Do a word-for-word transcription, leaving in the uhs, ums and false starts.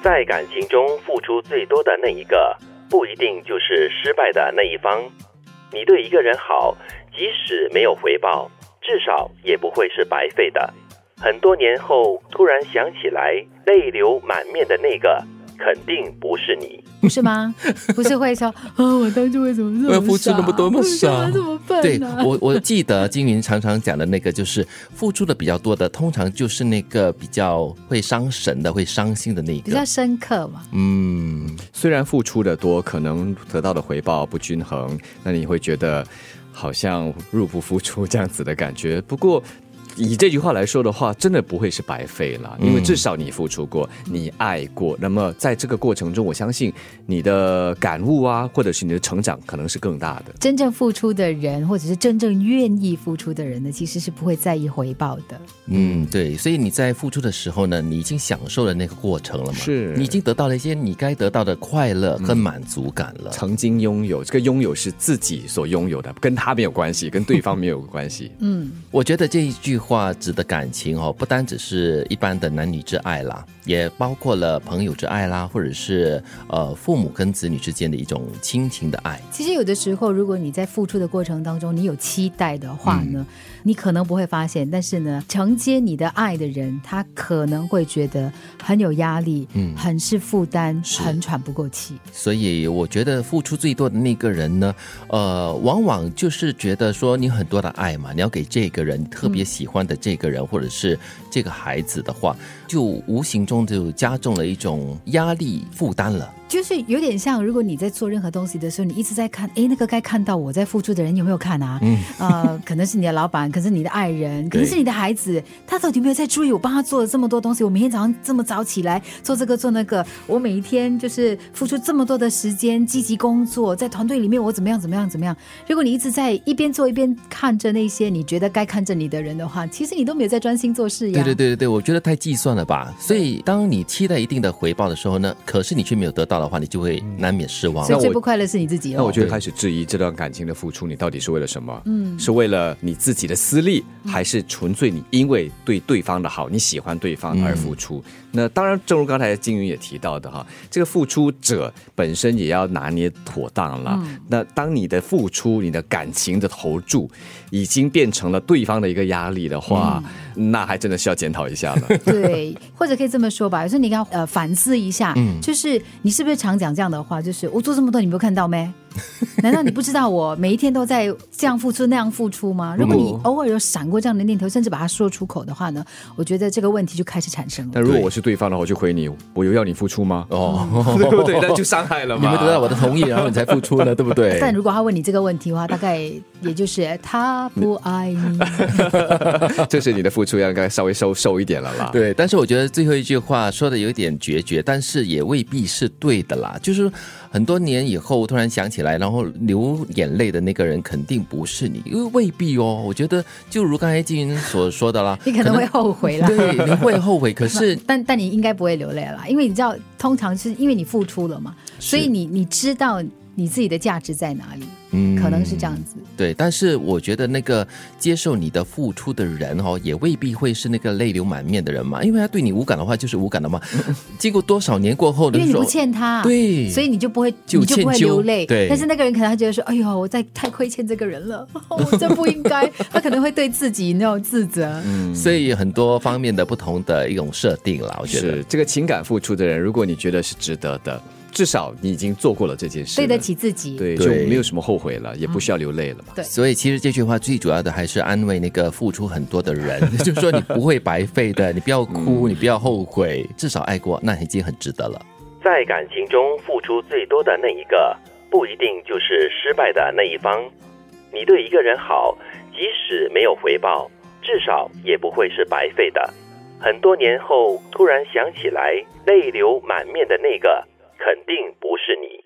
在感情中付出最多的那一个，不一定就是失败的那一方。你对一个人好，即使没有回报，至少也不会是白费的。很多年后突然想起来，泪流满面的那个肯定不是你。 不是吗？不是会说啊、哦，我当初为什么这么傻， 我要付出那么多么少， 怎么办、啊、 对，我我记得金云常常讲的那个，就是付出的比较多的，通常就是那个比较会伤神的、会伤心的那个， 比较深刻嘛。 嗯，虽然付出的多，可能得到的回报不均衡，那你会觉得好像入不敷出这样子的感觉。不过以这句话来说的话，真的不会是白费了，因为至少你付出过，你爱过，那么在这个过程中，我相信你的感悟啊，或者是你的成长可能是更大的。 真正付出的人，或者是真正愿意付出的人呢，其实是不会在意回报的。 嗯，对，所以你在付出的时候呢，你已经享受了那个过程了嘛， 是你已经得到了一些你该得到的快乐跟满足感了。 曾经拥有，这个拥有是自己所拥有的，跟他没有关系，跟对方没有关系。 嗯， 我觉得这一句话指的感情哦，不单只是一般的男女之爱啦，也包括了朋友之爱啦，或者是呃父母跟子女之间的一种亲情的爱。 其实有的时候，如果你在付出的过程当中，你有期待的话呢，嗯、你可能不会发现，但是呢，承接你的爱的人，他可能会觉得很有压力，嗯，很是负担，很喘不过气。 所以我觉得付出最多的那个人呢，呃，往往就是觉得说你很多的爱嘛，你要给这个人特别喜欢的这个人、嗯、或者是这个孩子的话，就无形中就加重了一种压力负担了。 就是有点像，如果你在做任何东西的时候，你一直在看，诶，那个该看到我在付出的人有没有看啊？嗯，呃，可能是你的老板，可能是你的爱人，可能是你的孩子，他到底有没有在注意我帮他做了这么多东西？我每天早上这么早起来做这个做那个，我每一天就是付出这么多的时间，积极工作，在团队里面我怎么样怎么样怎么样？如果你一直在一边做一边看着那些你觉得该看着你的人的话，其实你都没有在专心做事呀。 对对对对对，我觉得太计算了吧。所以当你期待一定的回报的时候呢，可是你却没有得到的话，你就会难免失望。 所以最不快乐是你自己哦。 那我就会开始质疑这段感情的付出，你到底是为了什么？嗯，是为了你自己的私利，还是纯粹你因为对对方的好，你喜欢对方而付出？嗯、那当然，正如刚才金云也提到的哈，这个付出者本身也要拿捏妥当了。嗯、那当你的付出、你的感情的投注已经变成了对方的一个压力的话，嗯、那还真的是要检讨一下了。 对，或者可以这么说吧，有时候你要呃反思一下，嗯、就是你是不是常讲这样的话，就是我做这么多你没有看到咩？难道你不知道我每一天都在这样付出那样付出吗？如果你偶尔有闪过这样的念头，甚至把它说出口的话呢，我觉得这个问题就开始产生了。 但如果我是对方的话，我就回你，我有要你付出吗？哦，对不对？那就伤害了嘛。 你们得到我的同意，然后你才付出呢，对不对？ 但如果他问你这个问题的话，大概也就是他不爱你。 这是你的付出要应该稍微收收一点了啦。 对，但是我觉得最后一句话说的有点决绝，但是也未必是对的啦。就是很多年以后突然想起来，然后流眼泪的那个人肯定不是你，因为未必哦。我觉得就如刚才金云所说的啦， 你可能会后悔啦。 对，你会后悔，可是但但你应该不会流泪啦，因为你知道，通常是因为你付出了嘛，所以你你知道你自己的价值在哪里。嗯，可能是这样子。 对，但是我觉得那个接受你的付出的人哦，也未必会是那个泪流满面的人嘛，因为他对你无感的话就是无感的嘛。经过多少年过后的时候， 因为你不欠他， 对， 所以你就不会，你就不会流泪。 对， 但是那个人可能他觉得说，哎呦，我在太亏欠这个人了，我真不应该。他可能会对自己那种自责。 嗯，所以很多方面的不同的一种设定啦，我觉得是这个情感付出的人，如果你觉得是值得的。至少你已经做过了这件事， 对得起自己， 对，就没有什么后悔了，也不需要流泪了嘛。 对， 所以其实这句话最主要的还是安慰那个付出很多的人，就是说你不会白费的，你不要哭，嗯、你不要后悔，至少爱过，那已经很值得了。 在感情中付出最多的那一个，不一定就是失败的那一方。你对一个人好，即使没有回报，至少也不会是白费的。很多年后突然想起来，泪流满面的那个肯定不是你。